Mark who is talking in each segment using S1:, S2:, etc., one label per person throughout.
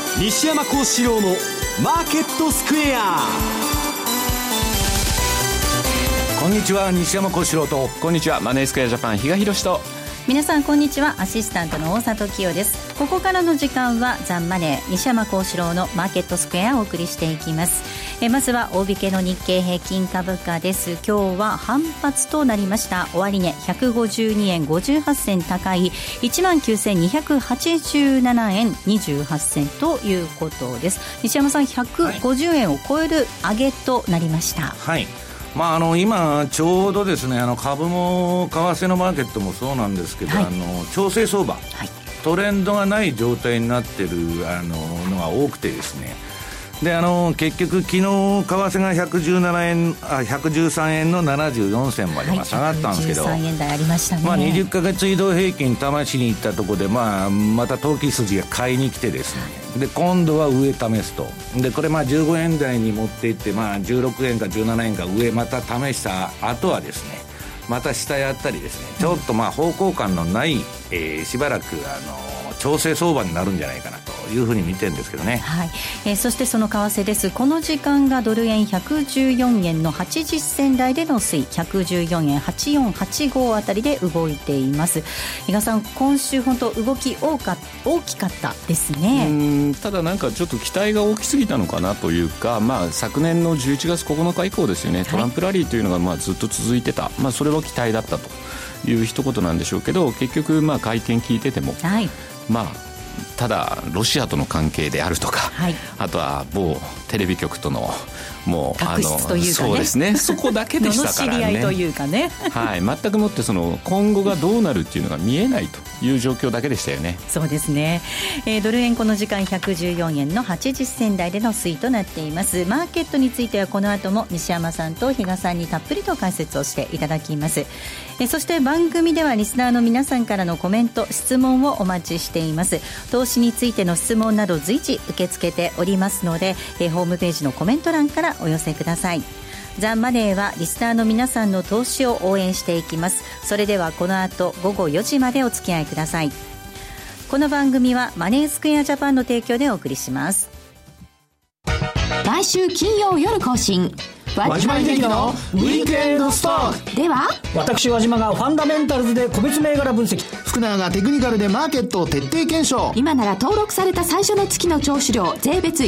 S1: 西山幸四郎のマーケットスクエア。
S2: こんにちは、西山幸四郎と。
S3: こんにちは、マネースクエアジャパン比嘉宏と。
S4: 皆さんこんにちは、アシスタントの大里清です。ここからの時間はザンマネー西山幸四郎のマーケットスクエアをお送りしていきます。まずは大引けの日経平均株価です。今日は反発となりました。終値152円58銭高い 19,287 円28銭ということです。西山さん、150円を超える上げとなりました。
S2: はい、今ちょうどですね、株も為替のマーケットもそうなんですけど、はい、調整相場、はい、トレンドがない状態になってるのが多くてですね、で結局昨日為替が113円の74銭まで下がったんですけど、
S4: 113円台ありましたね。
S2: 20ヶ月移動平均試しに行ったところで、また投機筋が買いに来てですね、で今度は上試すと。でこれ15円台に持っていって、16円か17円か上また試した後はですね、また下やったりですね、ちょっと方向感のない、しばらく調整相場になるんじゃないかなというふうに見てるんですけどね。
S4: はい。そしてその為替です。この時間がドル円114円の80銭台での推移、114円8485あたりで動いています。比嘉さん、今週本当動き大きかったですね。
S3: ただちょっと期待が大きすぎたのかなというか、昨年の11月9日以降ですよね、トランプラリーというのがずっと続いてた、それは期待だったという一言なんでしょうけど、結局会見聞いてても、はい、ただロシアとの関係であるとか、はい、あとは某テレビ局とのもう
S4: 確執というかね、
S3: そうですね、そこだけでしたからね。
S4: 知り合いというかね、
S3: はい、全くもって今後がどうなるっていうのが見えないという状況だけでしたよね。
S4: そうですね。ドル円この時間114円の80銭台での推移となっています。マーケットについてはこの後も西山さんと比嘉さんにたっぷりと解説をしていただきます。そして番組ではリスナーの皆さんからのコメント質問をお待ちしています。投資についての質問など随時受け付けておりますので、ホームページのコメント欄からお寄せください。ザ・マネーはリスナーの皆さんの投資を応援していきます。それではこの後午後4時までお付き合いください。この番組はマネースクエアジャパンの提供でお送りします。
S5: 毎週金曜夜更新、
S6: 和島秀樹のウィークエンドストック
S5: では、
S6: 私和島がファンダメンタルズで個別銘柄分析、
S7: 福永がテクニカルでマーケットを徹底検証。
S5: 今なら登録された最初の月の聴取料税別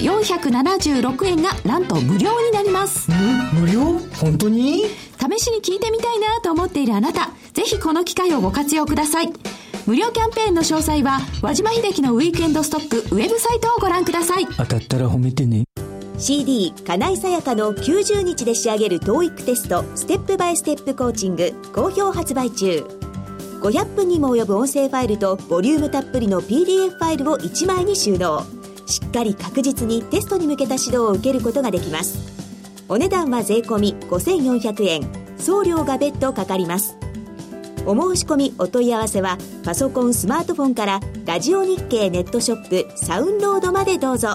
S5: 476円がなんと無料になります。
S6: 無料？本当に？
S5: 試しに聞いてみたいなと思っているあなた、ぜひこの機会をご活用ください。無料キャンペーンの詳細は和島秀樹のウィークエンドストックウェブサイトをご覧ください。
S6: 当たったら褒めてね。
S8: CD 金井さやかの90日で仕上げる TOEIC テストステップバイステップコーチング好評発売中。500分にも及ぶ音声ファイルとボリュームたっぷりの PDF ファイルを1枚に収納。しっかり確実にテストに向けた指導を受けることができます。お値段は税込み5400円、送料が別途かかります。お申し込みお問い合わせはパソコンスマートフォンからラジオ日経ネットショップサウンロードまでどうぞ。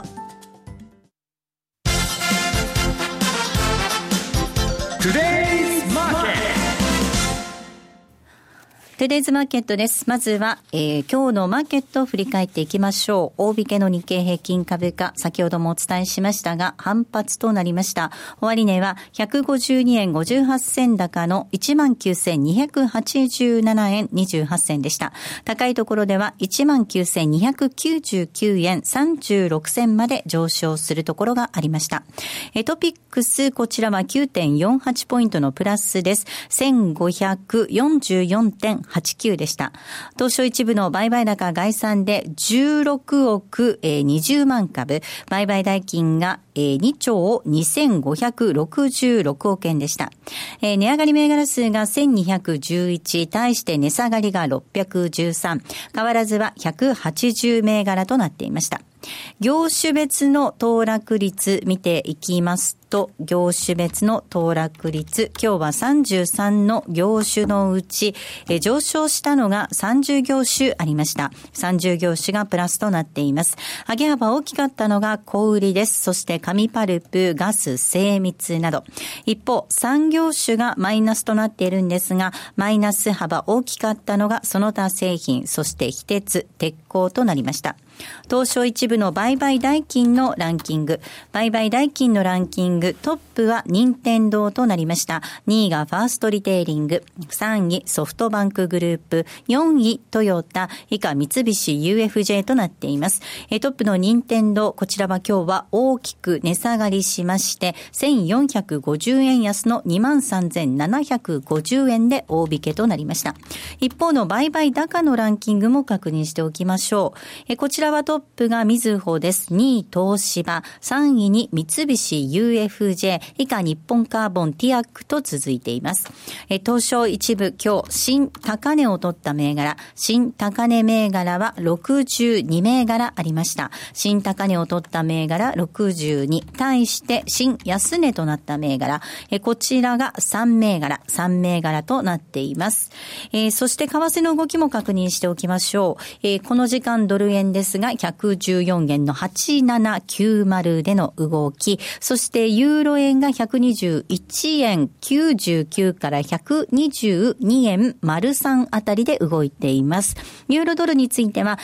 S4: トゥデイズマーケットです。まずは、今日のマーケットを振り返っていきましょう。大引けの日経平均株価、先ほどもお伝えしましたが反発となりました。終値は152円58銭高の 19,287 円28銭でした。高いところでは 19,299 円36銭まで上昇するところがありました。トピックス、こちらは 9.48 ポイントのプラスです。1544.89 でした。東証一部の売買高概算で16億20万株、売買代金が2兆2566億円でした。値上がり銘柄数が1211、対して値下がりが613、変わらずは180銘柄となっていました。業種別の騰落率見ていきますと業種別の騰落率、今日は33の業種のうち、上昇したのが30業種ありました。30業種がプラスとなっています。上げ幅大きかったのが小売りです。そして紙パルプ、ガス、精密など。一方、3業種がマイナスとなっているんですが、マイナス幅大きかったのがその他製品、そして非鉄、鉄鋼となりました。東証一部の売買代金のランキング、売買代金のランキングトップは任天堂となりました。2位がファーストリテイリング、3位ソフトバンクグループ、4位トヨタ、以下三菱 UFJ となっています。トップの任天堂、こちらは今日は大きく値下がりしまして1450円安の 23,750 円で大引けとなりました。一方の売買高のランキングも確認しておきましょう。こちらはトップがみずほです。2位東芝、3位に三菱 UFJ、以下日本カーボンティアックと続いています。東証一部今日新高値を取った銘柄、新高値銘柄は62銘柄ありました。新高値を取った銘柄62、対して新安値となった銘柄、こちらが3銘柄となっています。そして為替の動きも確認しておきましょう。この時間ドル円ですが114円の8790での動き、そしてユーロ円が121円99から122円丸3あたりで動いています。ユーロドルについては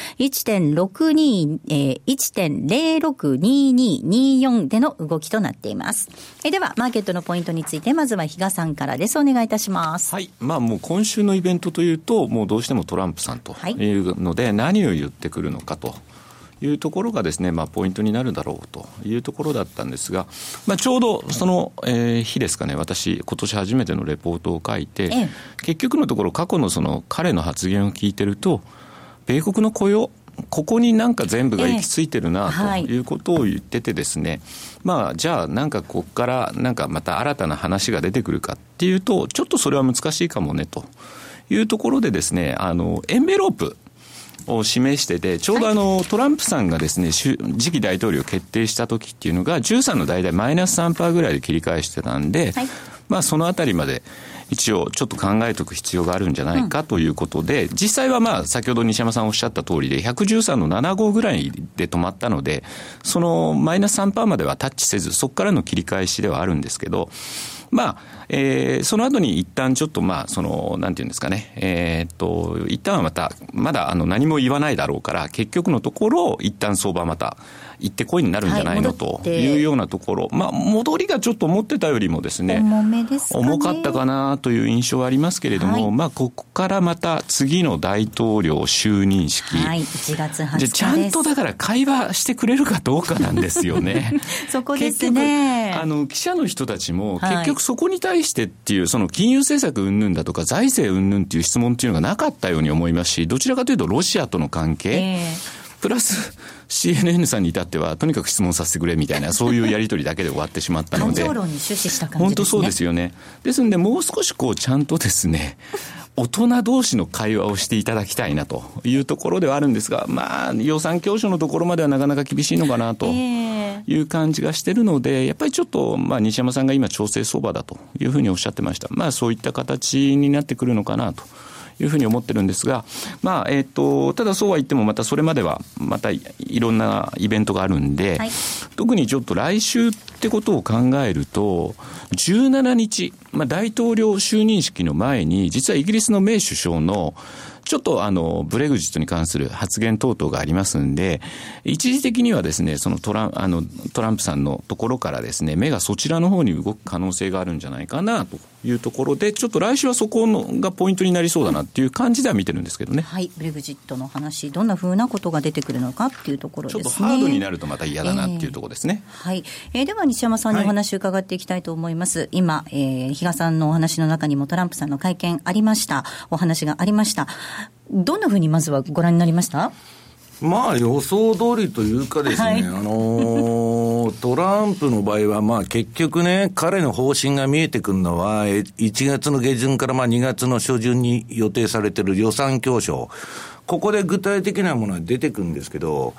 S4: 1.062224 での動きとなっています。ではマーケットのポイントについてまずは比嘉さんからです。お願いいたします。
S3: はい、もう今週のイベントというともうどうしてもトランプさんというので、何を言ってくるのかというところがですね、ポイントになるだろうというところだったんですが、ちょうどその、日ですかね、私今年初めてのレポートを書いて、結局のところ過去のその彼の発言を聞いてると、米国の雇用、ここになんか全部が行き着いてるなということを言っててですね、じゃあなんかここからなんかまた新たな話が出てくるかっていうと、ちょっとそれは難しいかもねというところでですね、エンベロープを示してて、ちょうどトランプさんがですね次期大統領を決定した時っていうのが13の大体マイナス 3% ぐらいで切り返してたんで、そのあたりまで一応ちょっと考えておく必要があるんじゃないかということで、実際は先ほど西山さんおっしゃった通りで113の75ぐらいで止まったので、そのマイナス 3% まではタッチせず、そこからの切り返しではあるんですけど、その後に一旦ちょっとなんていうんですかね、一旦はまだ何も言わないだろうから、結局のところ一旦相場また行ってこいになるんじゃないのというようなところ、戻りがちょっと思ってたよりもですね、重かったかなという印象はありますけれども、ここからまた次の大統領就任式、
S4: 1月20日です。
S3: ちゃんとだから会話してくれるかどうかなんですよね。
S4: そこですね。
S3: 結局記者の人たちも結局そこに対してっていう、その金融政策云々だとか財政云々っていう質問っていうのがなかったように思いますし、どちらかというとロシアとの関係、プラス CNN さんに至ってはとにかく質問させてくれみたいな、そういうやり取りだけで終わってしまったので、
S4: 感情論に終始した感じですね。
S3: 本当そうですよね。ですのでもう少しちゃんとですね大人同士の会話をしていただきたいなというところではあるんですが、予算教書のところまではなかなか厳しいのかなという感じがしてるので、やっぱりちょっと西山さんが今調整相場だというふうにおっしゃってました。そういった形になってくるのかなというふうに思ってるんですが、ただそうは言ってもまたそれまではまたいろんなイベントがあるんで、特にちょっと来週ってことを考えると17日、大統領就任式の前に実はイギリスのメイ首相のちょっとブレグジットに関する発言等々がありますんで、一時的にはですね、そのトランプさんのところからですね、目がそちらの方に動く可能性があるんじゃないかなというところで、ちょっと来週はそこがポイントになりそうだなっていう感じでは見てるんですけどね。
S4: ブレグジットの話、どんな風なことが出てくるのかっていうところですね。
S3: ちょっとハードになるとまた嫌だなっていうところですね。
S4: では西山さんにお話を伺っていきたいと思います。今、比嘉さんのお話の中にもトランプさんの会見ありました、お話がありました。どんなふうにまずはご覧になりました？
S2: 予想通りというかですね、トランプの場合は結局ね、彼の方針が見えてくるのは1月の下旬から2月の初旬に予定されている予算教書、ここで具体的なものが出てくるんですけど、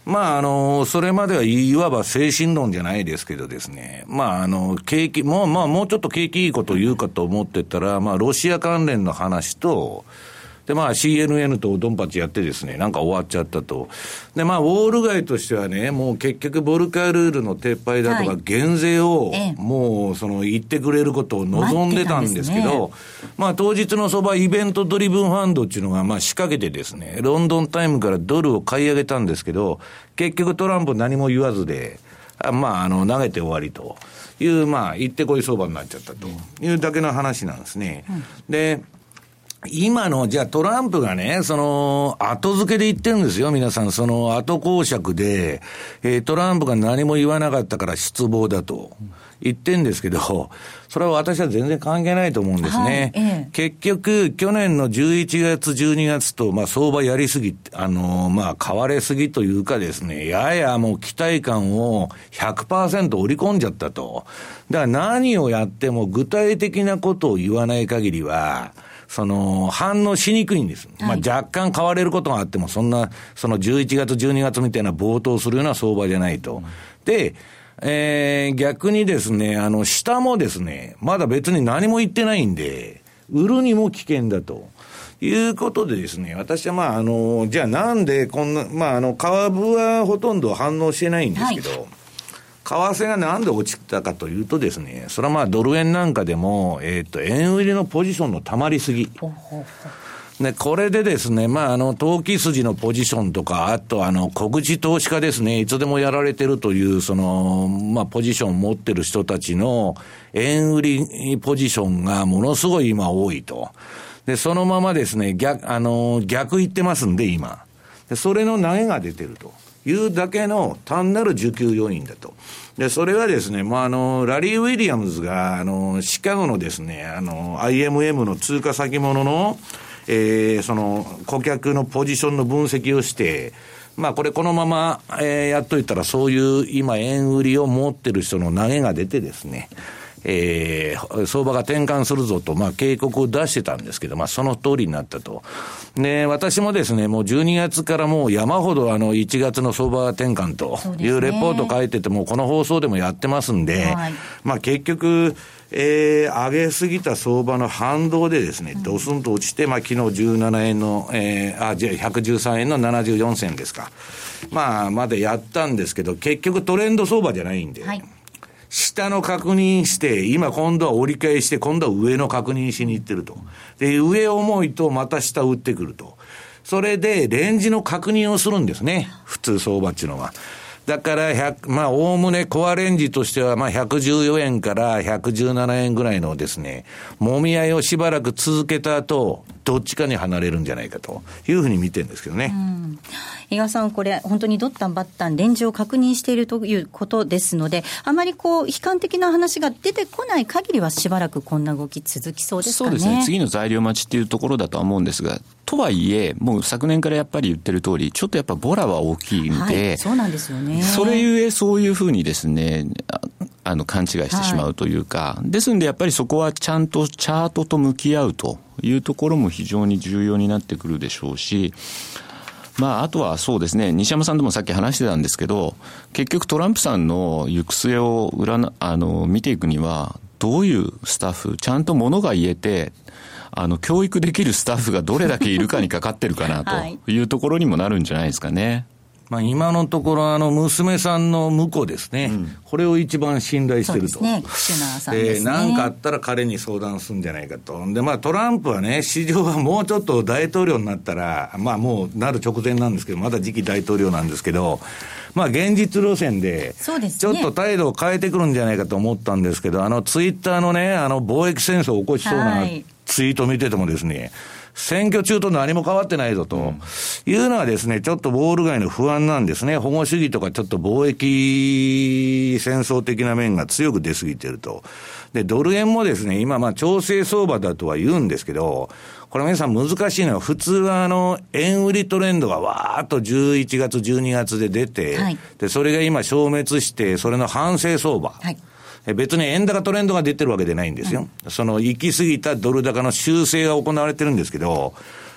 S2: まあ、それまではいわば精神論じゃないですけどですね、まあ、景気、もうちょっと景気いいこと言うかと思ってたら、まあ、ロシア関連の話と、で、まあ CNN とドンパチやってですね、なんか終わっちゃったと。で、まあウォール街としてはね、もう結局ボルカールールの撤廃だとか減税をもう言ってくれることを望んでたんですけど、まあ当日の相場イベントドリブンファンドっていうのがまあ仕掛けてですね、ロンドンタイムからドルを買い上げたんですけど、結局トランプ何も言わずで、まあ投げて終わりという、まあ行ってこい相場になっちゃったというだけの話なんですね。で、今の、じゃあトランプがね、後付けで言ってるんですよ、皆さん。後講釈で、トランプが何も言わなかったから失望だと言ってるんですけど、それは私は全然関係ないと思うんですね。結局、去年の11月、12月と、まあ、相場やりすぎ、まあ、買われすぎというかですね、ややもう期待感を 100% 織り込んじゃったと。だから何をやっても具体的なことを言わない限りは、反応しにくいんです。まあ、若干買われることがあっても、そんな、11月、12月みたいな暴騰するような相場じゃないと。で、逆にですね、下もですね、まだ別に何も言ってないんで、売るにも危険だと。いうことでですね、私はまあ、じゃあなんでこんな、まあ、株はほとんど反応してないんですけど、為替がなんで落ちたかというとですね、それはまあドル円なんかでも、円売りのポジションの溜まりすぎ。で、これでですね、まあ投機筋のポジションとか、あと小口投資家ですね、いつでもやられてるという、まあポジションを持ってる人たちの円売りポジションがものすごい今多いと。で、そのままですね、逆言ってますんで、今。で、それの投げが出てると。いうだけの単なる需給要因だと。で、それはですね、まあ、ラリー・ウィリアムズが、シカゴのですね、IMM の通貨先物の、顧客のポジションの分析をして、まあ、このまま、やっといたら、そういう今、円売りを持ってる人の投げが出てですね、相場が転換するぞと、まあ、警告を出してたんですけど、まあ、その通りになったと。で、私もですね、もう12月からもう山ほど1月の相場転換というレポート書いてて、もうこの放送でもやってますんで、まあ、結局、上げすぎた相場の反動でですね、ドスンと落ちて、まあ、昨日17円の、113円の74銭ですか。まあ、までやったんですけど、結局トレンド相場じゃないんで、下の確認して、今度は折り返して、今度は上の確認しに行ってると。で、上重いとまた下打ってくると。それで、レンジの確認をするんですね。普通相場っていうのは。だから、まあ、おおむねコアレンジとしては、まあ、114円から117円ぐらいのですね、揉み合いをしばらく続けた後、どっちかに離れるんじゃないかというふうに見てるんですけどね。
S4: 伊賀さん、これ本当にドッタンバッタンレンジを確認しているということですので、あまり悲観的な話が出てこない限りはしばらくこんな動き続きそうですかね。
S3: そうですね、次の材料待ちっていうところだとは思うんですが、とはいえもう昨年からやっぱり言ってる通り、ちょっとやっぱボラは大きいんで、
S4: そうなんですよね。
S3: それゆえそういうふうにですね、勘違いしてしまうというか、ですんでやっぱりそこはちゃんとチャートと向き合うというところも非常に重要になってくるでしょうし、まあ、あとはそうですね、西山さんともさっき話してたんですけど、結局トランプさんの行く末を見ていくには、どういうスタッフ、ちゃんとものが言えて、教育できるスタッフがどれだけいるかにかかってるかなというところにもなるんじゃないですかね。
S2: まあ、今のところ娘さんの婿ですね、これを一番信頼してると。
S4: そうですね、クシュナーさんですね。
S2: 何かあったら彼に相談するんじゃないかと。で、まあ、トランプはね、市場はもうちょっと大統領になったら、まあ、もうなる直前なんですけど、まだ次期大統領なんですけど、まあ、現実路線で、ちょっと態度を変えてくるんじゃないかと思ったんですけど、ツイッターのね、貿易戦争を起こしそうなツイート見ててもですね、選挙中と何も変わってないぞというのはですね、ちょっとウォール街の不安なんですね。保護主義とかちょっと貿易戦争的な面が強く出過ぎてると。で、ドル円もですね、今まあ調整相場だとは言うんですけど、これ皆さん難しいのは、普通は円売りトレンドがわーっと11月12月で出て、で、それが今消滅して、それの反省相場。別に円高トレンドが出てるわけでないんですよ。その行き過ぎたドル高の修正が行われてるんですけど、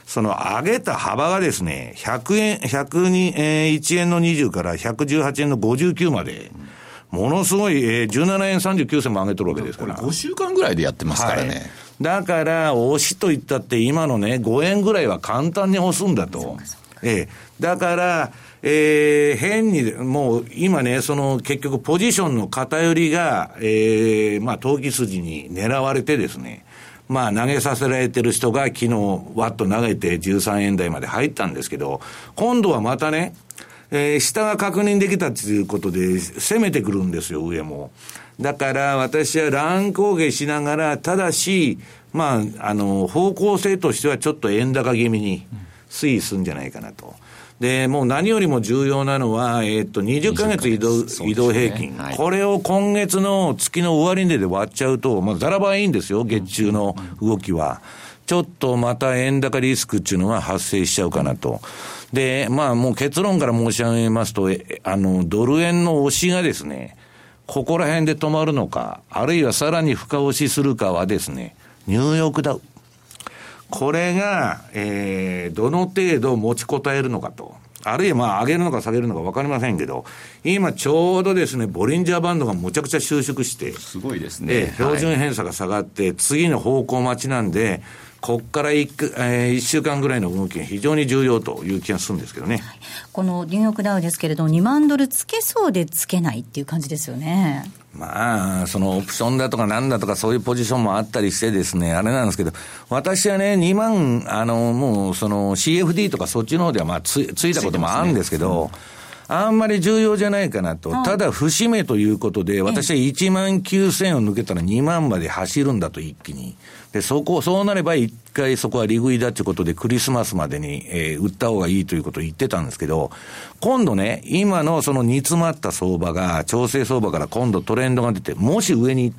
S2: その上げた幅がですね、101円の20から118円の59まで、ものすごい、17円39銭も上げとるわけですから。
S3: これ5週間ぐらいでやってますからね。はい、
S2: だから、押しといったって今のね、5円ぐらいは簡単に押すんだと。だから、変に、もう今ね、その結局ポジションの偏りが、投機筋に狙われてですね、投げさせられてる人が昨日ワッと投げて13円台まで入ったんですけど、今度はまたね、下が確認できたということで攻めてくるんですよ、上も。だから私は乱高下しながら、ただし、方向性としてはちょっと円高気味に推移するんじゃないかなと。で、もう何よりも重要なのは、20ヶ月移動平均、はい。これを今月の月の終値で割っちゃうと、ざらばいいんですよ、月中の動きは。ちょっとまた円高リスクっていうのが発生しちゃうかなと。で、もう結論から申し上げますと、ドル円の押しがですね、ここら辺で止まるのか、あるいはさらに深押しするかはですね、ニューヨークダウ。これが、どの程度持ちこたえるのかと。あるいは上げるのか下げるのか分かりませんけど、今ちょうどですね、ボリンジャーバンドがむちゃくちゃ収縮して、
S3: すごいですね。
S2: 標準偏差が下がって、次の方向待ちなんで、こっから1週間ぐらいの動きが非常に重要という気がするんですけどね。
S4: このニューヨークダウですけれども、2万ドルつけそうでつけないっていう感じですよね。
S2: そのオプションだとかなんだとかそういうポジションもあったりしてですね、あれなんですけど、私はね、2万、もうその CFD とかそっちの方ではついたこともあるんですけど、あんまり重要じゃないかなと。ただ節目ということで、私は1万9000を抜けたら2万まで走るんだと一気に。で、そうなれば一回そこは利食いだってことでクリスマスまでに、売った方がいいということを言ってたんですけど、今度ね、今のその煮詰まった相場が、調整相場から今度トレンドが出て、もし上に行って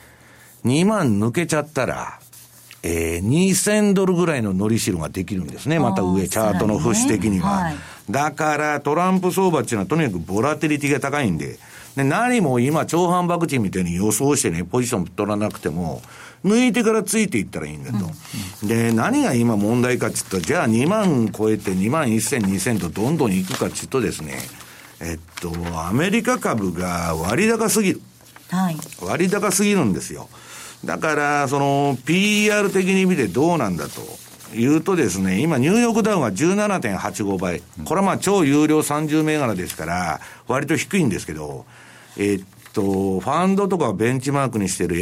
S2: 、2万抜けちゃったら、2000ドルぐらいの乗り代ができるんですね。また上、チャートの節的には。だからトランプ相場っていうのはとにかくボラティリティが高いんで、何も今超反爆地みたいに予想してね、ポジション取らなくても、抜いてからついていったらいいんだと。で、何が今問題かって言ったら、じゃあ2万超えて2万1000、2000とどんどんいくかって言うとですね、アメリカ株が割高すぎる。割高すぎるんですよ。だから、その、PR 的に見てどうなんだというとですね、今、ニューヨークダウが 17.85 倍。これは超有料30銘柄ですから、割と低いんですけど、ファンドとかベンチマークにしている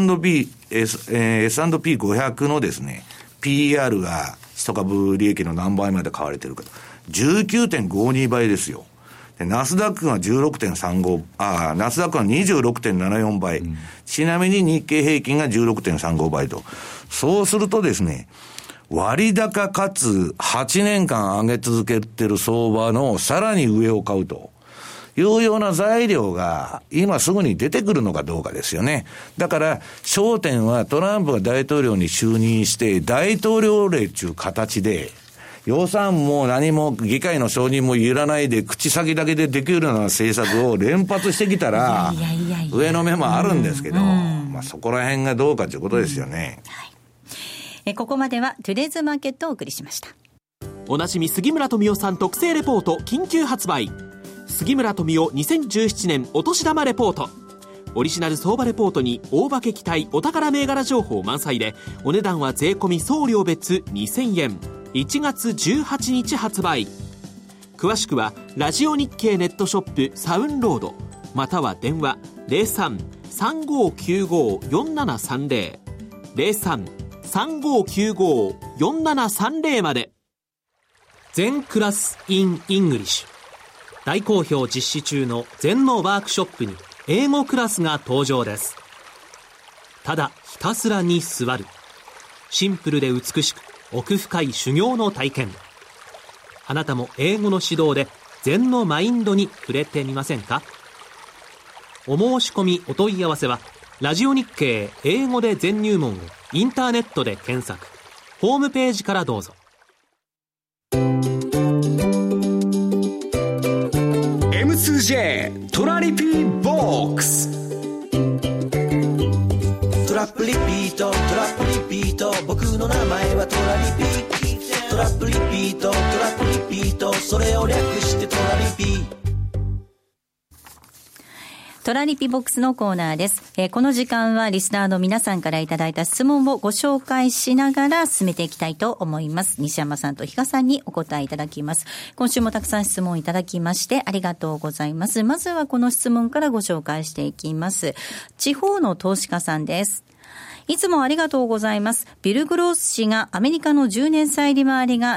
S2: S&P500 のですね、PR が一株利益の何倍まで買われてるかと。19.52 倍ですよ。ナスダックが 16.35、ナスダックが 26.74 倍、ちなみに日経平均が 16.35 倍と。そうするとですね、割高かつ8年間上げ続けてる相場のさらに上を買うというような材料が今すぐに出てくるのかどうかですよね。だから焦点はトランプが大統領に就任して大統領令という形で予算も何も議会の承認もいらないで口先だけでできるような政策を連発してきたら上の目もあるんですけど、そこら辺がどうかということですよね。
S4: ここまではトゥデイズマーケットをお送りしました。
S1: おなじみ杉村富夫さん特製レポート緊急発売、杉村富夫2017年お年玉レポート。オリジナル相場レポートに大化け期待お宝銘柄情報満載で、お値段は税込み送料別2000円。1月18日発売。詳しくはラジオ日経ネットショップサウンロードまたは電話 03-3595-4730 03-3595-4730 まで。全クラス in イングリッシュ大好評実施中の全のワークショップに英語クラスが登場です。ただひたすらに座る、シンプルで美しく奥深い修行の体験。あなたも英語の指導で禅のマインドに触れてみませんか？お申し込みお問い合わせはラジオ日経英語で禅入門をインターネットで検索、ホームページからどうぞ。 M2J トラリピーボックス。トラップリピートトラップリピート、僕の名前はトラリピ。
S9: トラップリピート、トラップリピート、それを略してトラリピ。
S4: トラリピボックスのコーナーです。この時間はリスナーの皆さんからいただいた質問をご紹介しながら進めていきたいと思います。西山さんと比嘉さんにお答えいただきます。今週もたくさん質問いただきましてありがとうございます。まずはこの質問からご紹介していきます。地方の投資家さんです。いつもありがとうございます。ビル・グロース氏がアメリカの10年債利回りが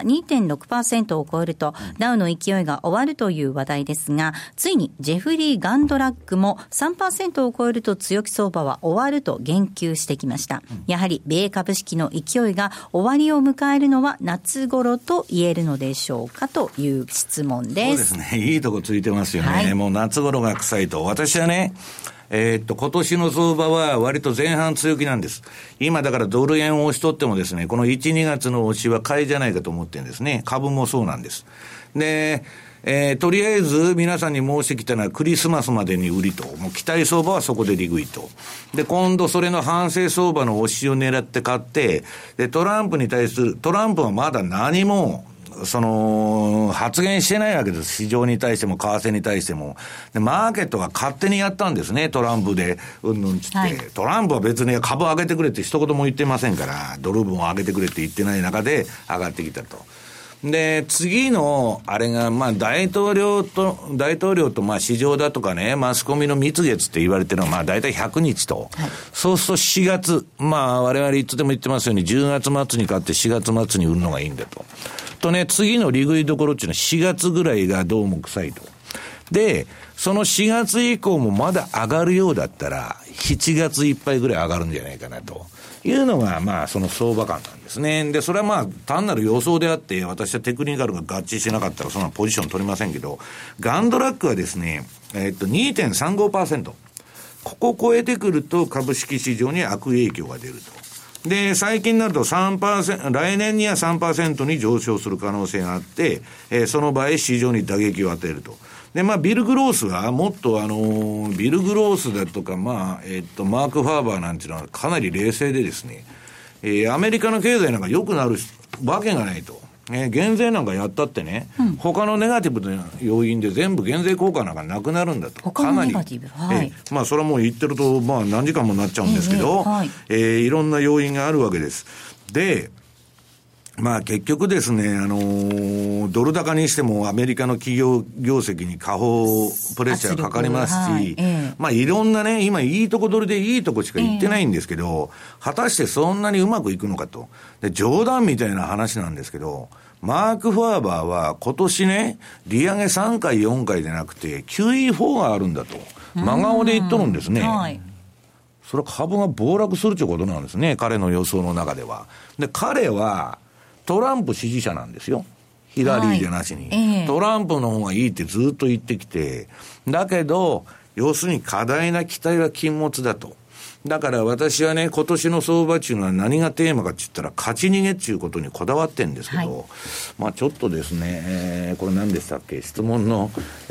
S4: 2.6% を超えるとダウの勢いが終わるという話題ですが、ついにジェフリー・ガンドラックも 3% を超えると強気相場は終わると言及してきました。やはり米株式の勢いが終わりを迎えるのは夏頃と言えるのでしょうかという質問です。
S2: そうですね、いいとこついてますよね、はい、もう夏頃が臭いと。私はね今年の相場は割と前半強気なんです。今だからドル円を押し取ってもですね、この1、2月の押しは買いじゃないかと思ってるんですね。株もそうなんです。で、とりあえず皆さんに申してきたのはクリスマスまでに売りと、もう期待相場はそこで利食いと。で、今度それの反省相場の押しを狙って買って、で、トランプはまだ何も、発言してないわけです。市場に対しても、為替に対しても。で、マーケットが勝手にやったんですね。トランプで、うんぬんつって、はい。トランプは別に株上げてくれって一言も言ってませんから、ドル分を上げてくれって言ってない中で上がってきたと。で、次の、あれが、大統領と、市場だとかね、マスコミの蜜月って言われてるのは、大体100日と。はい、そうすると4月、我々いつでも言ってますように、10月末に買って4月末に売るのがいいんだと。とね、次の利食いどころっていうのは4月ぐらいがどうも臭いと。で、その4月以降もまだ上がるようだったら、7月いっぱいぐらい上がるんじゃないかなというのが、その相場感なんですね。で、それは単なる予想であって、私はテクニカルが合致しなかったらそんなポジション取りませんけど、ガンドラックはですね、2.35%。ここを超えてくると株式市場に悪影響が出ると。で、最近になると3%、来年には 3% に上昇する可能性があって、その場合市場に打撃を与えると。で、ビル・グロースはもっとビル・グロースだとか、マーク・ファーバーなんていうのはかなり冷静でですね、アメリカの経済なんか良くなるわけがないと。減税なんかやったってね、他のネガティブな要因で全部減税効果なんかなくなるんだと。
S4: 他のネガティブ、はい。
S2: それはもう言ってると、何時間もなっちゃうんですけど、いろんな要因があるわけです。で、結局ですね、ドル高にしてもアメリカの企業業績に下方プレッシャーかかりますし、いろんなね、今いいとこ取りでいいとこしか言ってないんですけど、果たしてそんなにうまくいくのかと。で、冗談みたいな話なんですけど、マーク・ファーバーは今年ね、利上げ3回4回じゃなくて QE4 があるんだと。真顔で言っとるんですね。はい、それは株が暴落するということなんですね、彼の予想の中では。で、彼はトランプ支持者なんですよ。ヒラリーじゃなしに。トランプの方がいいってずっと言ってきて。だけど、要するに過大な期待は禁物だと。だから私はね、今年の相場っていうのは何がテーマかって言ったら、勝ち逃げっていうことにこだわってるんですけど、ちょっとですね、これ何でしたっけ、質問の、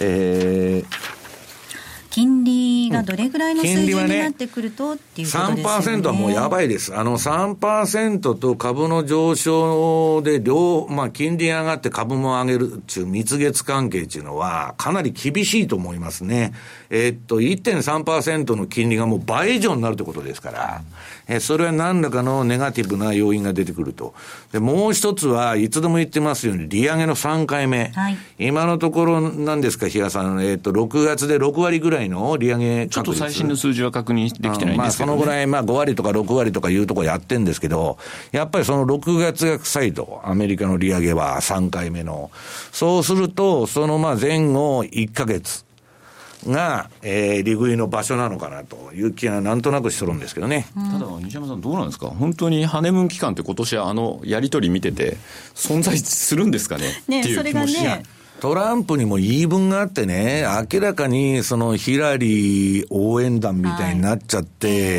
S4: 金利がどれぐらいの水準になってくるとっていうことですよね。
S2: 3% はもうやばいです。3% と株の上昇で金利上がって株も上げるっていう蜜月関係っていうのはかなり厳しいと思いますね。1.3% の金利がもう倍以上になるってことですから、それは何らかのネガティブな要因が出てくると。で、もう一つはいつでも言ってますように利上げの3回目。はい、今のところ何ですか、比嘉さん、6月で6割ぐらいの利上げ確率。
S3: ちょっと最新の数字は確認できてないんですけど、ね、
S2: そのぐらい5割とか6割とかいうところやってるんですけど、やっぱりその6月が臭いと、アメリカの利上げは3回目の。そうすると、その前後1ヶ月が、利食いの場所なのかなという気がなんとなくしとるんですけどね。
S3: ただ西山さんどうなんですか、本当にハネムーン期間って今年はやり取り見てて存在するんですかねっていう気もしない。
S2: トランプにも言い分があってね、明らかにそのヒラリー応援団みたいになっちゃって、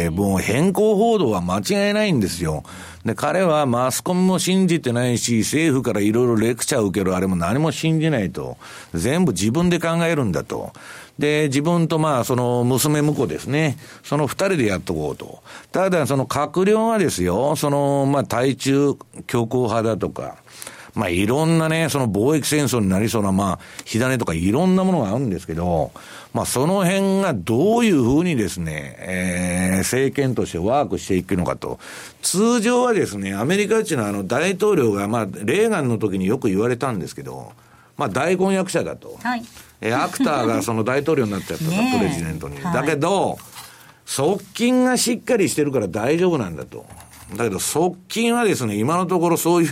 S2: もう変更報道は間違いないんですよ。で、彼はマスコミも信じてないし、政府からいろいろレクチャーを受けるあれも何も信じないと。全部自分で考えるんだと。で、自分とその娘婿ですね。その二人でやっとこうと。ただ、その閣僚はですよ、対中強硬派だとか、 まあいろんなね、その貿易戦争になりそうな、まあ、火種とかいろんなものがあるんですけど、まあその辺がどういうふうにですね、政権としてワークしていくのかと。通常はですね、アメリカっていうのは大統領が、まあ、レーガンの時によく言われたんですけど、まあ大婚約者だと。
S4: はい。
S2: アクターがその大統領になっちゃったと、プレジデントに。だけど、側近がしっかりしてるから大丈夫なんだと。だけど側近はですね、今のところそういう、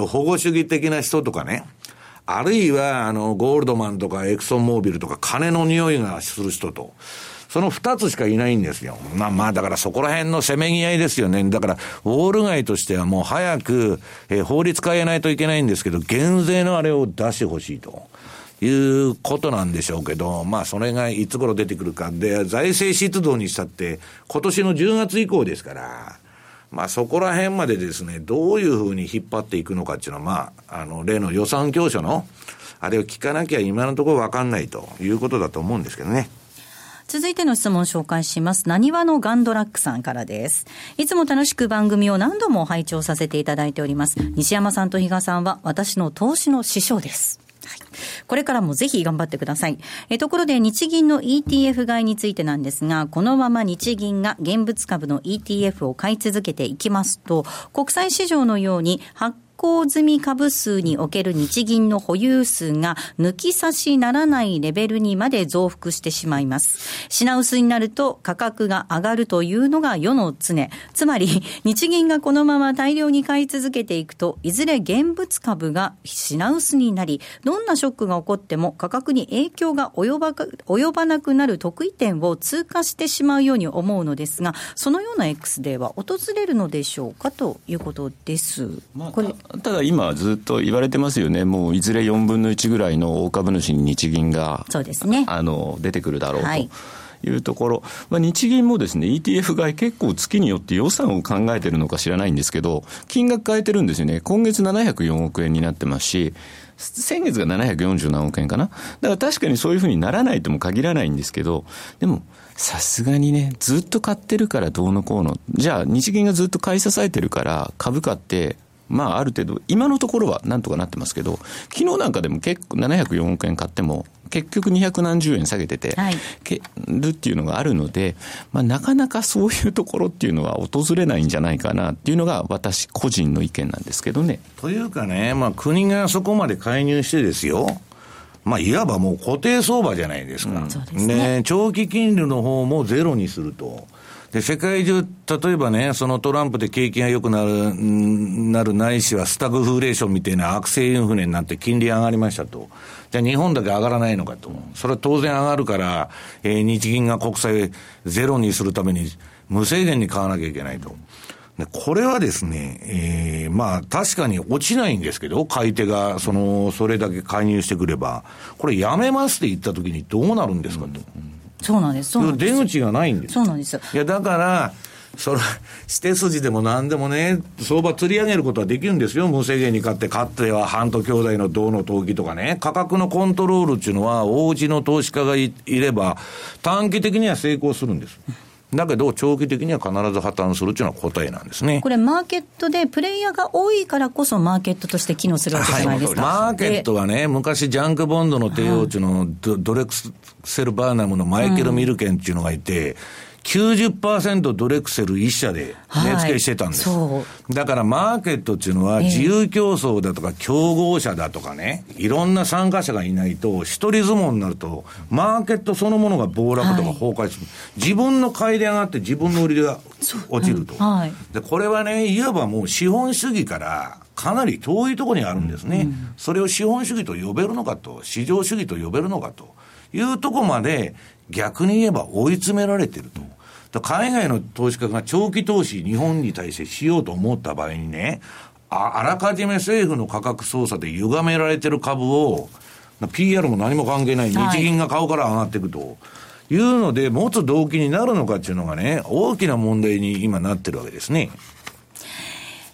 S2: 保護主義的な人とかね、あるいはゴールドマンとかエクソンモービルとか金の匂いがする人と、その二つしかいないんですよ。まあだからそこら辺のせめぎ合いですよね。だからウォール街としてはもう早く、法律変えないといけないんですけど、減税のあれを出してほしいということなんでしょうけど、まあそれがいつ頃出てくるかで、財政出動にしたって今年の10月以降ですから、まあそこら辺までですね、どういうふうに引っ張っていくのかっていうのは、まあ例の予算教書のあれを聞かなきゃ今のところ分かんないということだと思うんですけどね。
S4: 続いての質問を紹介します。なにわのガンドラックさんからです。いつも楽しく番組を何度も拝聴させていただいております。西山さんと比嘉さんは私の投資の師匠です。はい、これからもぜひ頑張ってください。ところで日銀の ETF 買いについてなんですが、このまま日銀が現物株の ETF を買い続けていきますと、国際市場のように発行済み株数における日銀の保有数が抜き差しならないレベルにまで増幅してしまいます。品薄になると価格が上がるというのが世の常。つまり日銀がこのまま大量に買い続けていくと、いずれ現物株が品薄になり、どんなショックが起こっても価格に影響が及ばなくなる得意点を通過してしまうように思うのですが、そのような X デーは訪れるのでしょうかということです。これ
S3: ただ今ずっと言われてますよね。もういずれ4分の1ぐらいの大株主に日銀が
S4: そうですね、
S3: 出てくるだろうと、
S4: はい
S3: いうところ、まあ、日銀もですね ETF 買い結構月によって予算を考えてるのか知らないんですけど、金額変えてるんですよね。今月704億円になってますし、先月が740何億円かな。だから確かにそういうふうにならないとも限らないんですけど、でもさすがにね、ずっと買ってるからどうのこうの、じゃあ日銀がずっと買い支えてるから株価ってまあある程度今のところはなんとかなってますけど、昨日なんかでも結構704億円買っても結局200何十円下げてて、はい、るっていうのがあるので、まあ、なかなかそういうところっていうのは訪れないんじゃないかなっていうのが私個人の意見なんですけどね。
S2: というかね、まあ、国がそこまで介入してですよ、まあ、いわばもう固定相場じゃないですか、
S4: そうですね。
S2: で長期金利の方もゼロにすると。で世界中、例えばね、そのトランプで景気が良くなるないしはスタグフレーションみたいな悪性インフレになって金利上がりましたと。じゃあ日本だけ上がらないのかと。それは当然上がるから、日銀が国債ゼロにするために無制限に買わなきゃいけないと。でこれはですね、まあ確かに落ちないんですけど、買い手がそれだけ介入してくれば、これやめますって言った時にどうなるんですかと。
S4: そうなんです。そうなんです。
S2: 出口がないんです。
S4: そうなんです。
S2: いやだから捨て筋でも何でもね、相場釣り上げることはできるんですよ。無制限に買ってはハント兄弟の銅の投機とかね、価格のコントロールっていうのは大地の投資家が いれば短期的には成功するんです。だけど長期的には必ず破綻するっていうのは答えなんですね。
S4: これマーケットでプレイヤーが多いからこそマーケットとして機能するわけじゃないですか、
S2: はい、マーケットはね、昔ジャンクボンドの帝王っていうのをドレクセル・バーナムのマイケル・ミルケンっていうのがいて、90% ドレクセル一社で値付けしてたんです、はい、だからマーケットっていうのは自由競争だとか競合者だとかね、いろんな参加者がいないと一人相撲になるとマーケットそのものが暴落とか崩壊する、はい、自分の買いで上がって自分の売りが落ちると、はい、でこれはね、いわばもう資本主義からかなり遠いところにあるんですね、それを資本主義と呼べるのかと、市場主義と呼べるのかというところまで逆に言えば追い詰められていると。海外の投資家が長期投資日本に対してしようと思った場合にね、あらかじめ政府の価格操作で歪められてる株を PR も何も関係ない日銀が買うから上がっていくというので持つ動機になるのかっていうのがね、大きな問題に今なってるわけですね。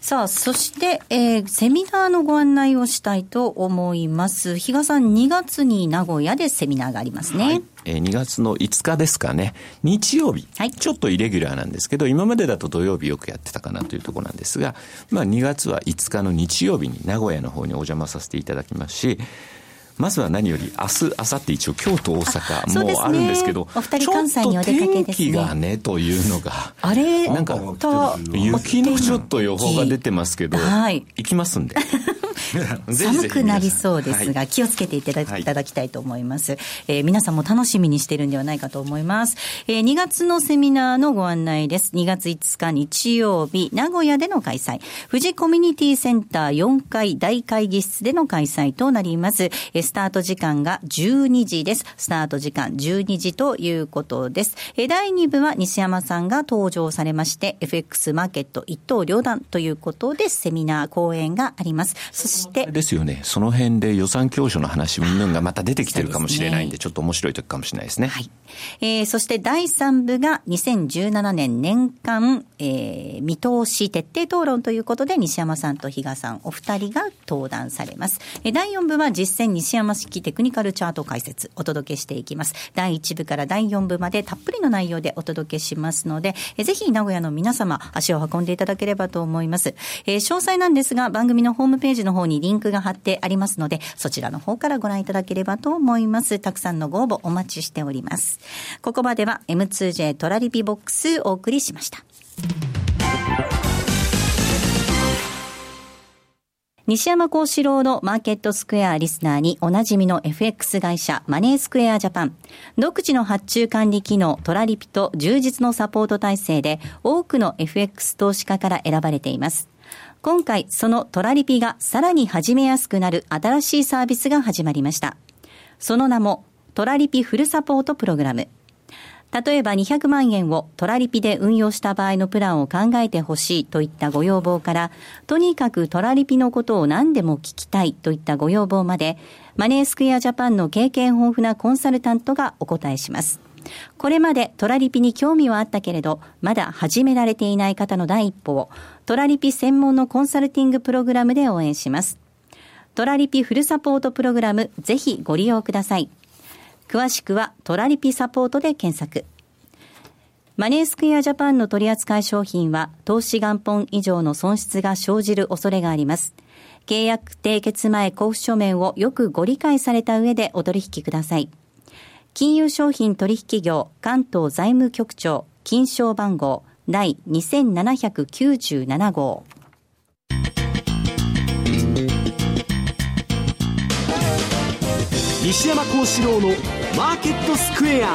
S4: さあ、そして、セミナーのご案内をしたいと思います。比嘉さん、2月に名古屋でセミナーがありますね。
S3: 2月の5日ですかね、日曜日、はい、ちょっとイレギュラーなんですけど、今までだと土曜日よくやってたかなというところなんですが、2月は5日の日曜日に名古屋の方にお邪魔させていただきますし、まずは何より明日、明後日一応京都、大阪もあるんですけど、
S4: お二人関西にお出かけですね。
S3: ちょっと天気がねというのが
S4: あれ
S3: なんか雪のちょっと予報が出てますけど、はい、行きますんで
S4: 寒くなりそうですが、はい、気をつけていただきたいと思います、皆さんも楽しみにしているんではないかと思います、2月のセミナーのご案内です。2月5日日曜日、名古屋での開催、富士コミュニティセンター4階大会議室での開催となります。スタート時間が12時です。スタート時間12時ということです。第2部は西山さんが登場されまして、 FX マーケット一刀両断ということでセミナー講演があります。そして
S3: ですよね、その辺で予算教書の話がまた出てきてるかもしれないんで、ちょっと面白い時かもしれないですね。はい、
S4: そして第3部が2017年年間、見通し徹底討論ということで、西山さんと比嘉さんお二人が登壇されます。第4部は実践西山式テクニカルチャート解説お届けしていきます。第1部から第4部までたっぷりの内容でお届けしますので、ぜひ名古屋の皆様足を運んでいただければと思います。詳細なんですが、番組のホームページの方にリンクが貼ってありますので、そちらの方からご覧いただければと思います。たくさんのご応募お待ちしております。ここまでは M2J トラリピボックスお送りしました。西山幸四郎のマーケットスクエアリスナーにおなじみの FX 会社マネースクエアジャパン、独自の発注管理機能トラリピと充実のサポート体制で多くの FX 投資家から選ばれています。今回そのトラリピがさらに始めやすくなる新しいサービスが始まりました。その名もトラリピフルサポートプログラム。例えば200万円をトラリピで運用した場合のプランを考えてほしいといったご要望から、とにかくトラリピのことを何でも聞きたいといったご要望まで、マネースクエアジャパンの経験豊富なコンサルタントがお答えします。これまでトラリピに興味はあったけれどまだ始められていない方の第一歩をトラリピ専門のコンサルティングプログラムで応援します。トラリピフルサポートプログラム、ぜひご利用ください。詳しくはトラリピサポートで検索。マネースクエアジャパンの取扱い商品は投資元本以上の損失が生じる恐れがあります。契約締結前交付書面をよくご理解された上でお取引ください。金融商品取引業関東財務局長金商番号第2797号。
S1: 西山幸四郎のマーケットスクエア。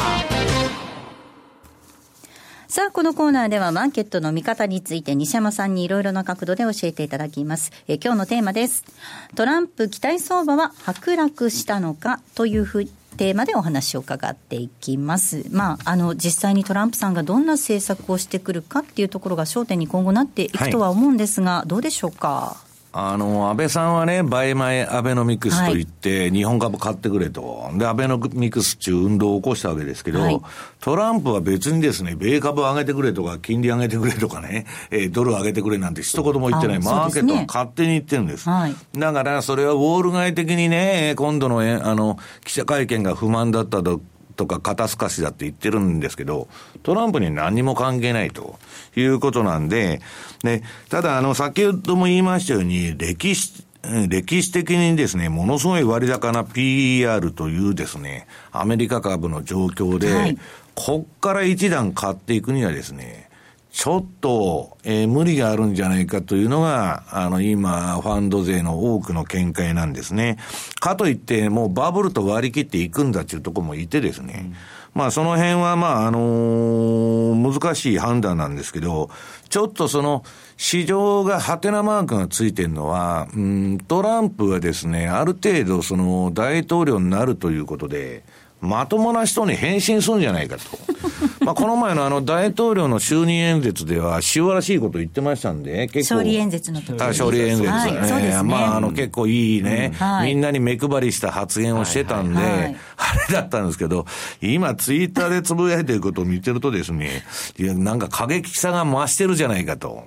S4: さあ、このコーナーではマーケットの見方について西山さんにいろいろな角度で教えていただきます。今日のテーマです。トランプ期待相場は剥落したのかというテーマでお話を伺っていきます。実際にトランプさんがどんな政策をしてくるかっていうところが焦点に今後なっていくとは思うんですが、どうでしょうか。
S2: 安倍さんはね、バイマイアベノミクスといって、日本株買ってくれと。で、アベノミクスっていう運動を起こしたわけですけど、トランプは別にですね、米株上げてくれとか、金利上げてくれとかね、ドル上げてくれなんて一言も言ってない。マーケットは勝手に言ってるんです。だから、それはウォール街的にね、今度の、記者会見が不満だったとか肩透かしだって言ってるんですけど、トランプに何にも関係ないということなんで、ただ先ほども言いましたように、歴史的にですね、ものすごい割高な PER というですね、アメリカ株の状況で、こっから一段買っていくにはですね、ちょっと、無理があるんじゃないかというのが、今、ファンド勢の多くの見解なんですね。かといって、もうバブルと割り切っていくんだっていうところもいてですね。その辺は、難しい判断なんですけど、ちょっと市場がハテナマークがついてるのは、トランプはですね、ある程度大統領になるということで、まともな人に変身するんじゃないかと。この前の大統領の就任演説では、塩らしいこと言ってましたんで、結構。
S4: 勝利演説の時に。
S2: 勝利演説、
S4: そうですね。
S2: 結構いいね、みんなに目配りした発言をしてたんで、あれだったんですけど、今ツイッターでつぶやいてることを見てるとですね、なんか過激さが増してるじゃないかと。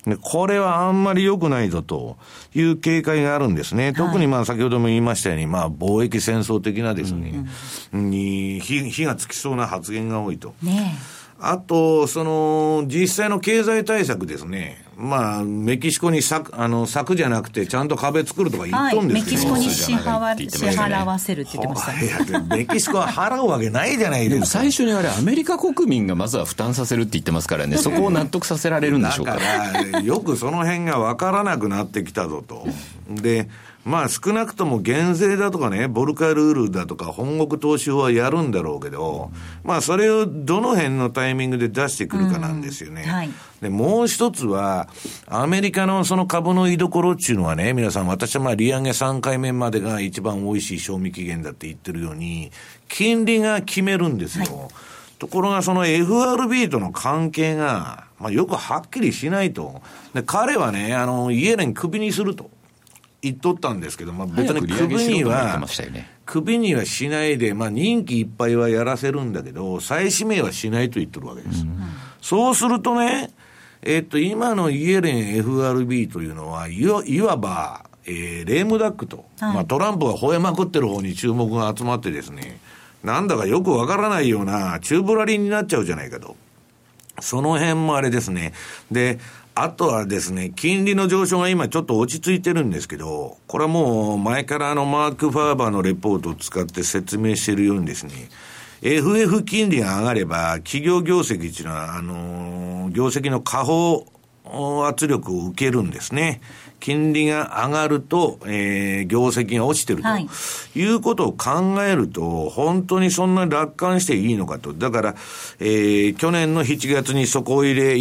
S2: でこれはあんまり良くないぞという警戒があるんですね。特に先ほども言いましたように、貿易戦争的なですね、に火がつきそうな発言が多いと。あと、実際の経済対策ですね。メキシコに柵じゃなくてちゃんと壁作るとか言っとんですけど、
S4: メキシコに支払わせるって言ってましたね。
S2: いや、メキシコは払うわけないじゃないですか。でも
S3: 最初にあれアメリカ国民がまずは負担させるって言ってますからね、そこを納得させられるんでしょうか。
S2: だからよくその辺が分からなくなってきたぞと。で、少なくとも減税だとかね、ボルカルールだとか本国投資法はやるんだろうけど、それをどの辺のタイミングで出してくるかなんですよね。で、もう一つは、アメリカのその株の居所っていうのはね、皆さん、私は利上げ3回目までが一番美味しい賞味期限だって言ってるように、金利が決めるんですよ。ところがその FRB との関係が、よくはっきりしないと。で、彼はね、イエレンクビにすると言っとったんですけど、別に首にはしないで、任期いっぱいはやらせるんだけど、再指名はしないと言ってるわけです。そうするとね、今のイエレン FRB というのは、いわば、レームダックと、トランプが吠えまくってる方に注目が集まってですね、なんだかよくわからないような宙ぶらりんになっちゃうじゃないかと。その辺もあれですね。で、あとはですね、金利の上昇が今ちょっと落ち着いてるんですけど、これはもう前からマーク・ファーバーのレポートを使って説明しているようにですね、FF 金利が上がれば企業業績っていうのは、業績の下方圧力を受けるんですね。金利が上がると、業績が落ちてると、いうことを考えると、本当にそんな楽観していいのかと。だから、去年の7月に底入れ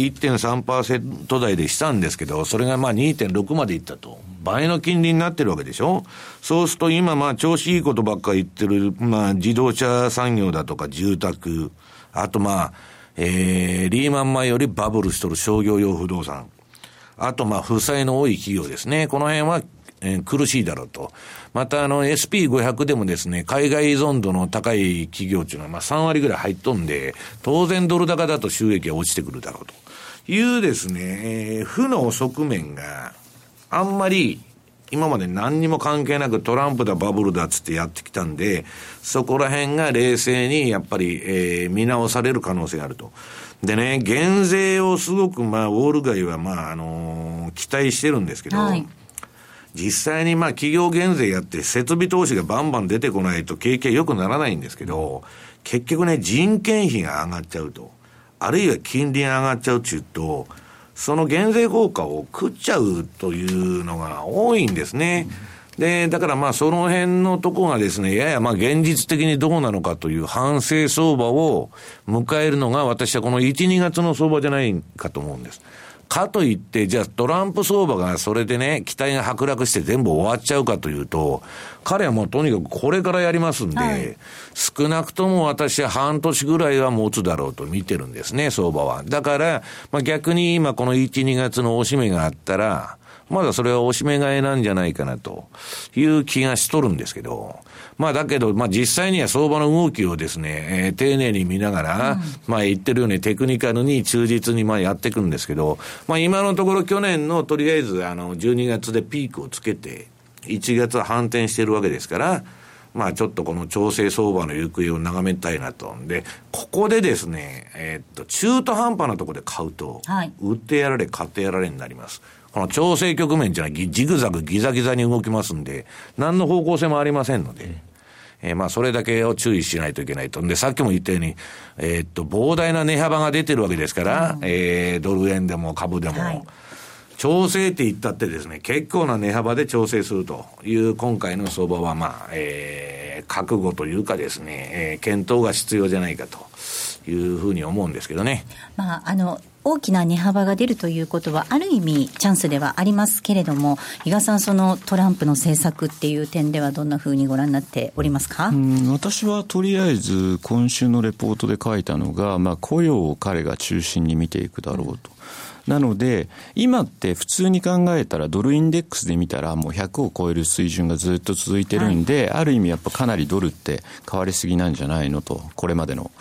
S2: 1.3% 台でしたんですけど、それが2.6 までいったと。倍の金利になってるわけでしょ。そうすると今調子いいことばっかり言ってる、自動車産業だとか住宅、あとリーマン前よりバブルしとる商業用不動産、あと負債の多い企業ですね。この辺は、苦しいだろうと。またSP500 でもですね、海外依存度の高い企業っていうのは3割ぐらい入っとんで、当然ドル高だと収益が落ちてくるだろうというですね、負の側面があんまり今まで何にも関係なくトランプだバブルだっつってやってきたんで、そこら辺が冷静にやっぱり、見直される可能性があると。でね、減税をすごくウォール街は期待してるんですけど、実際に企業減税やって設備投資がバンバン出てこないと景気は良くならないんですけど、結局ね、人件費が上がっちゃうと、あるいは金利が上がっちゃうっていうと、その減税効果を食っちゃうというのが多いんですね。で、だからその辺のとこがですね、やや現実的にどうなのかという反省相場を迎えるのが私はこの1、2月の相場じゃないかと思うんです。かといって、じゃあトランプ相場がそれでね、期待が剥落して全部終わっちゃうかというと、彼はもうとにかくこれからやりますんで、少なくとも私は半年ぐらいは持つだろうと見てるんですね、相場は。だから、逆に今この1、2月の押し目があったら、まだそれは押し目買いなんじゃないかなという気がしとるんですけど、だけど、実際には相場の動きをですね、丁寧に見ながら、言ってるようにテクニカルに忠実にやっていくんですけど、今のところ去年のとりあえず12月でピークをつけて、1月は反転してるわけですから、ちょっとこの調整相場の行方を眺めたいなと。で、ここでですね、中途半端なところで買うと、売ってやられ、買ってやられになります。この調整局面っていうのはジグザグギザギザに動きますんで、何の方向性もありませんので、それだけを注意しないといけないと。で、さっきも言ったように、膨大な値幅が出てるわけですから、ドル円でも株でも、調整って言ったってですね、結構な値幅で調整するという今回の相場は覚悟というかですね、検討が必要じゃないかというふうに思うんですけどね。
S4: 大きな値幅が出るということはある意味チャンスではありますけれども、比嘉さん、そのトランプの政策っていう点ではどんなふうにご覧になっておりますか？
S3: 私はとりあえず今週のレポートで書いたのが、雇用を彼が中心に見ていくだろうと。なので今って普通に考えたらドルインデックスで見たらもう100を超える水準がずっと続いてるんで、ある意味やっぱかなりドルって変わりすぎなんじゃないのと、これまでの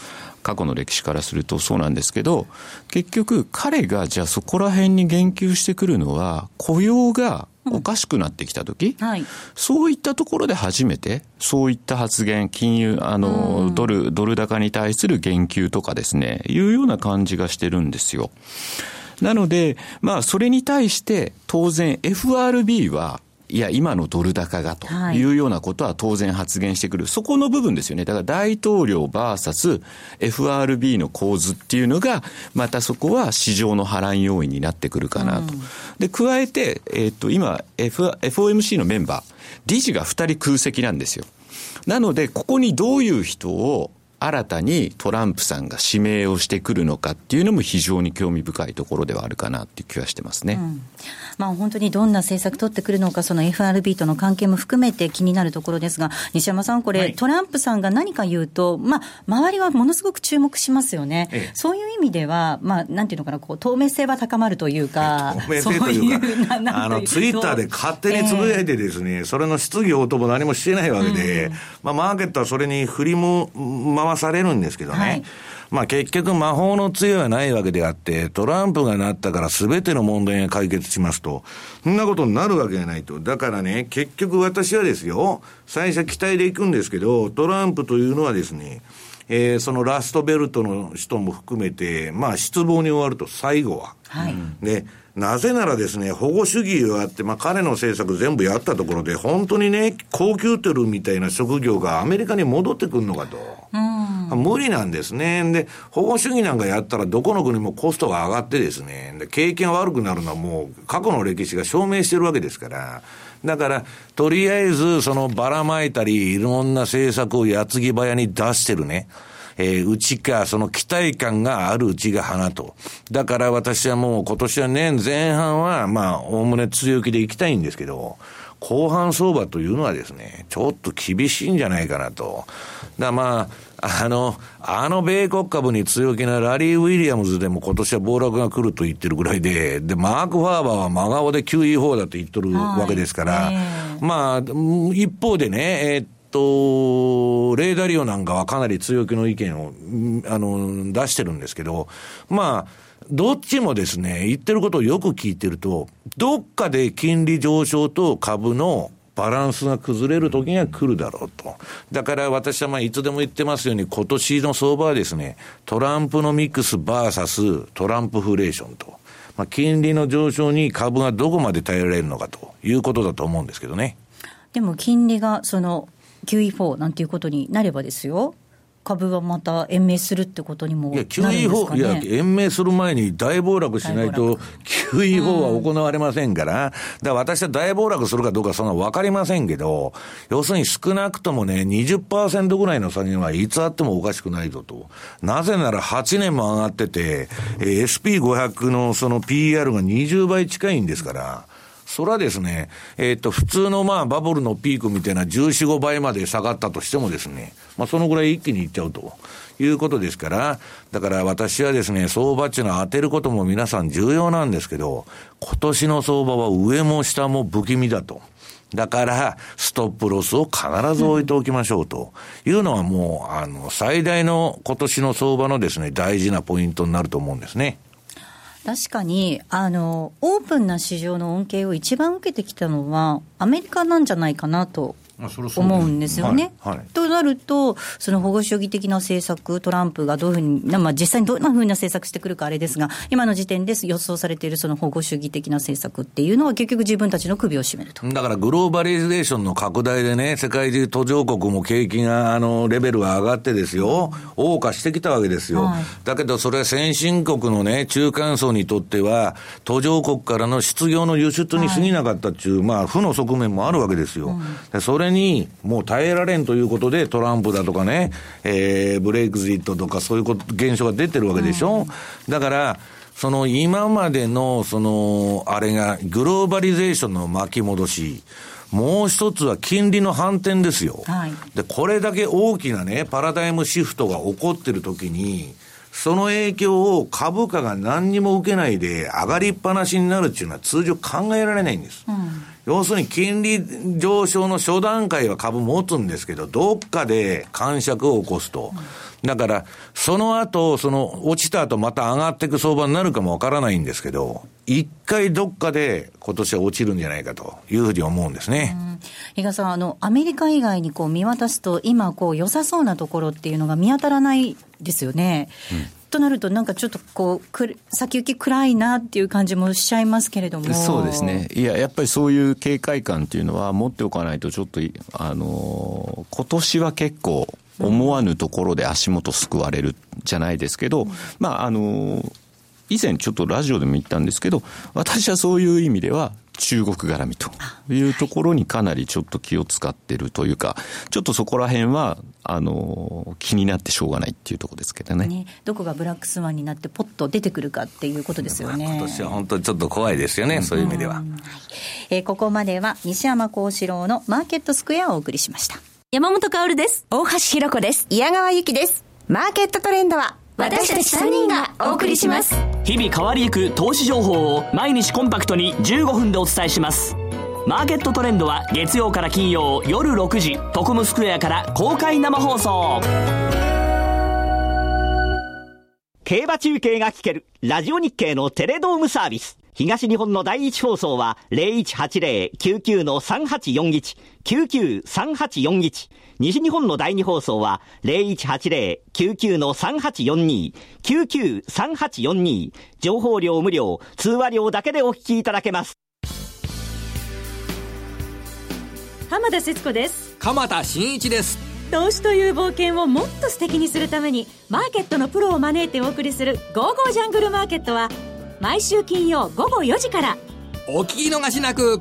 S3: 過去の歴史からするとそうなんですけど、結局彼がじゃあそこら辺に言及してくるのは雇用がおかしくなってきたとき、はい、そういったところで初めてそういった発言、金融ドル高に対する言及とかですね、いうような感じがしてるんですよ。なのでそれに対して当然 FRB はいや今のドル高がというようなことは当然発言してくる、そこの部分ですよね。だから大統領 VS FRB の構図っていうのがまたそこは市場の波乱要因になってくるかなと、で加えて、今、FOMC のメンバー理事が2人空席なんですよ。なのでここにどういう人を新たにトランプさんが指名をしてくるのかっていうのも非常に興味深いところではあるかなっていう気はしてますね。
S4: 本当にどんな政策取ってくるのか、その FRB との関係も含めて気になるところですが、西山さんこれ、トランプさんが何か言うと、周りはものすごく注目しますよね。そういう意味では、なんていうのかな、透明性は高まるというか、
S2: 透明性というかツイッターで勝手につぶやいてですね、それの質疑応答も何もしてないわけで、マーケットはそれに振りも回されるんですけどね、結局魔法の杖はないわけであって、トランプがなったから全ての問題が解決しますと、そんなことになるわけがないと。だからね、結局私はですよ、最初期待でいくんですけど、トランプというのはですね、そのラストベルトの人も含めて失望に終わると、最後は、でなぜならですね、保護主義があって、彼の政策全部やったところで本当にね、高級テルみたいな職業がアメリカに戻ってくるのかと、無理なんですね。で保護主義なんかやったらどこの国もコストが上がってですね、で経験悪くなるのはもう過去の歴史が証明してるわけですから、だからとりあえずそのばらまいたりいろんな政策を矢継ぎ早に出してるね、うちかその期待感があるうちが花と。だから私はもう今年は年前半はおおむね強気でいきたいんですけど、後半相場というのはですね、ちょっと厳しいんじゃないかなと。だ米国株に強気なラリー・ウィリアムズでも今年は暴落が来ると言ってるぐらいで、マーク・ファーバーは真顔で QE4 だと言っとるわけですから、一方でね、レーダリオなんかはかなり強気の意見を出してるんですけど、どっちもですね、言ってることをよく聞いてると、どっかで金利上昇と株のバランスが崩れる時が来るだろうと。だから私はいつでも言ってますように、今年の相場はですね、トランプノミクスバーサストランプフレーションと、金利の上昇に株がどこまで耐えられるのかということだと思うんですけどね。
S4: でも金利がそのQE4 なんていうことになればですよ、株はまた延命するってことにもなるんですかね。
S2: QE4、延命する前に大暴落しないと QE4 は行われませんから、だから私は大暴落するかどうかそんな分かりませんけど、要するに少なくともね 20% ぐらいの下げはいつあってもおかしくないぞと。なぜなら8年も上がってて、SP500 のその PR が20倍近いんですから、それはですね、普通のバブルのピークみたいな14、5倍まで下がったとしてもですね、そのぐらい一気にいっちゃうということですから、だから私はですね、相場っていうのは当てることも皆さん重要なんですけど、今年の相場は上も下も不気味だと。だからストップロスを必ず置いておきましょうというのはもう最大の今年の相場のですね、大事なポイントになると思うんですね。
S4: 確かにオープンな市場の恩恵を一番受けてきたのはアメリカなんじゃないかなと思うんですよね。となると、その保護主義的な政策、トランプがどういうふうに、実際にどんなふうな政策してくるかあれですが、今の時点で予想されているその保護主義的な政策っていうのは結局自分たちの首を絞めると。
S2: だからグローバリゼーションの拡大でね、世界中途上国も景気がレベルが上がってですよ、謳歌してきたわけですよ。だけどそれは先進国のね、中間層にとっては途上国からの失業の輸出に過ぎなかったっていう、負の側面もあるわけですよ。それにもう耐えられんということでトランプだとかね、ブレイクジットとかそういう現象が出てるわけでしょ。だからその今までのそのあれがグローバリゼーションの巻き戻し、もう一つは金利の反転ですよ。でこれだけ大きなねパラダイムシフトが起こってる時に、 その影響を株価が何にも受けないで上がりっぱなしになるっていうのは通常考えられないんです。要するに金利上昇の初段階は株持つんですけど、どっかで感触を起こすと。だから、その後、落ちた後また上がっていく相場になるかもわからないんですけど、一回どっかで今年は落ちるんじゃないかというふうに思うんですね。
S4: 比嘉さん、アメリカ以外に見渡すと、今良さそうなところっていうのが見当たらないですよね。となるとなんかちょっと先行き暗いなっていう感じもしちゃいますけれども。
S3: そうですね。やっぱりそういう警戒感っていうのは持っておかないとちょっと今年は結構思わぬところで足元救われるじゃないですけど、以前ちょっとラジオでも言ったんですけど、私はそういう意味では中国絡みというところにかなりちょっと気を使ってるというか、ちょっとそこら辺は気になってしょうがないっていうところですけど ね。
S4: どこがブラックスワンになってポッと出てくるかっていうことですよね。
S2: 今年は本当にちょっと怖いですよね、そういう意味では。
S4: ここまでは西山幸四郎のマーケットスクエアをお送りしました。
S5: 山本薫です。大橋ひろ子です。矢川由紀です。マーケットトレンドは私たち3人がお送りします。
S10: 日々変わりゆく投資情報を毎日コンパクトに15分でお伝えします。マーケットトレンドは月曜から金曜夜6時トコムスクエアから公開生放送。競馬中継が聞けるラジオ日経のテレドームサービス。東日本の第一放送は 0180-99-3841 99-3841。西日本の第二放送は 0180-99-3842 99-3842。情報量無料、通話料だけでお聞きいただけます。
S11: 浜田節子です。
S12: 鎌田新一です。
S11: 投資という冒険をもっと素敵にするためにマーケットのプロを招いてお送りするゴーゴージャングルマーケットは毎週金曜午後4時から。
S12: お聞き逃しなく。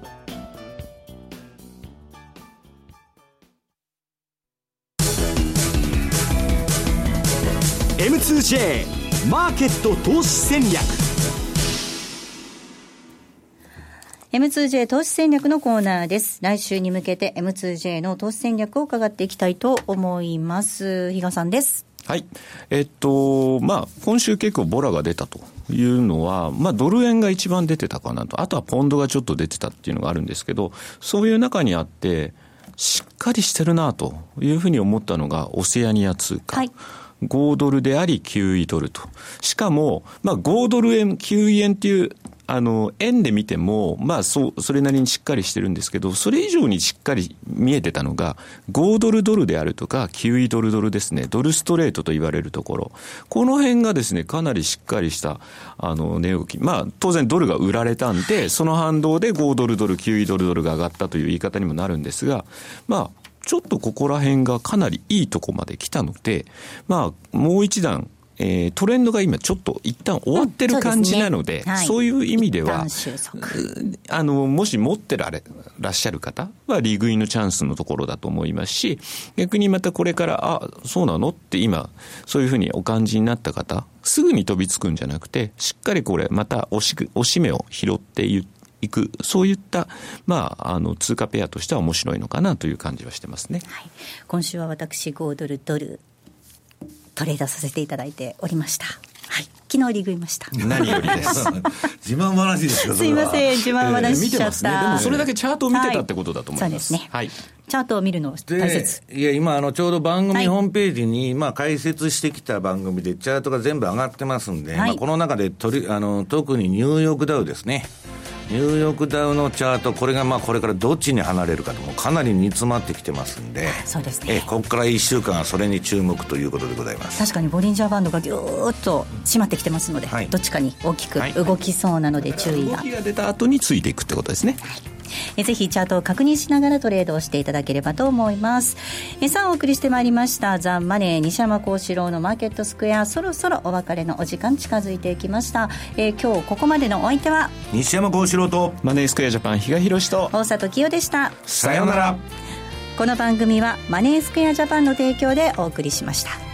S10: M2J マーケット投資戦略。
S4: M2J 投資戦略のコーナーです。来週に向けて M2J の投資戦略を伺っていきたいと思います。比嘉さんです。
S3: はい。今週結構ボラが出たというのは、ドル円が一番出てたかなと。あとはポンドがちょっと出てたっていうのがあるんですけど、そういう中にあって、しっかりしてるなというふうに思ったのがオセアニア通貨。はい。5ドルであり9位ドルと。しかも、5ドル円、9位円っていう、円で見ても、それなりにしっかりしてるんですけど、それ以上にしっかり見えてたのが、5ドルドルであるとか、9位ドルドルですね、ドルストレートと言われるところ。この辺がですね、かなりしっかりした、値動き。当然ドルが売られたんで、その反動で5ドルドル、9位ドルドルが上がったという言い方にもなるんですが、ちょっとここら辺がかなりいいとこまで来たので、もう一段、トレンドが今ちょっと一旦終わってる感じなので、そういう意味では、もし持ってらっしゃる方は利食いのチャンスのところだと思いますし、逆にまたこれから、そうなのって今、そういうふうにお感じになった方、すぐに飛びつくんじゃなくて、しっかりこれまた押し目を拾っていく、そういった、通貨ペアとしては面白いのかなという感じはしてますね。
S4: はい、今週は私5ドルドルトレードさせていただいておりました。はい、昨日利食いました。
S3: 何よりです
S2: 自慢話ですよ。
S4: すいません、自慢話しちゃった、
S3: でもそれだけチャートを見てたってことだと思います。
S4: そうですね、
S3: はい、
S4: チャートを見るの大切。
S2: いや今ちょうど番組ホームページに、解説してきた番組でチャートが全部上がってますんで、この中で特にニューヨークダウですね。ニューヨークダウのチャート、これがこれからどっちに離れるかともかなり煮詰まってきてますんで、
S4: そうですね、
S2: ここから1週間はそれに注目ということでございます。
S4: 確かにボリンジャーバンドがぎゅーっと締まってきてますので、どっちかに大きく動きそうなので注意が、
S3: 動きが出た後についていくってことですね。
S4: ぜひチャートを確認しながらトレードをしていただければと思います。さあお送りしてまいりましたザ・マネー西山幸四郎のマーケットスクエア、そろそろお別れのお時間近づいてきました。今日ここまでのお相手は
S2: 西山幸四郎と
S3: マネースクエアジャパン比嘉宏と
S4: 大里清でした。
S2: さようなら。
S4: この番組はマネースクエアジャパンの提供でお送りしました。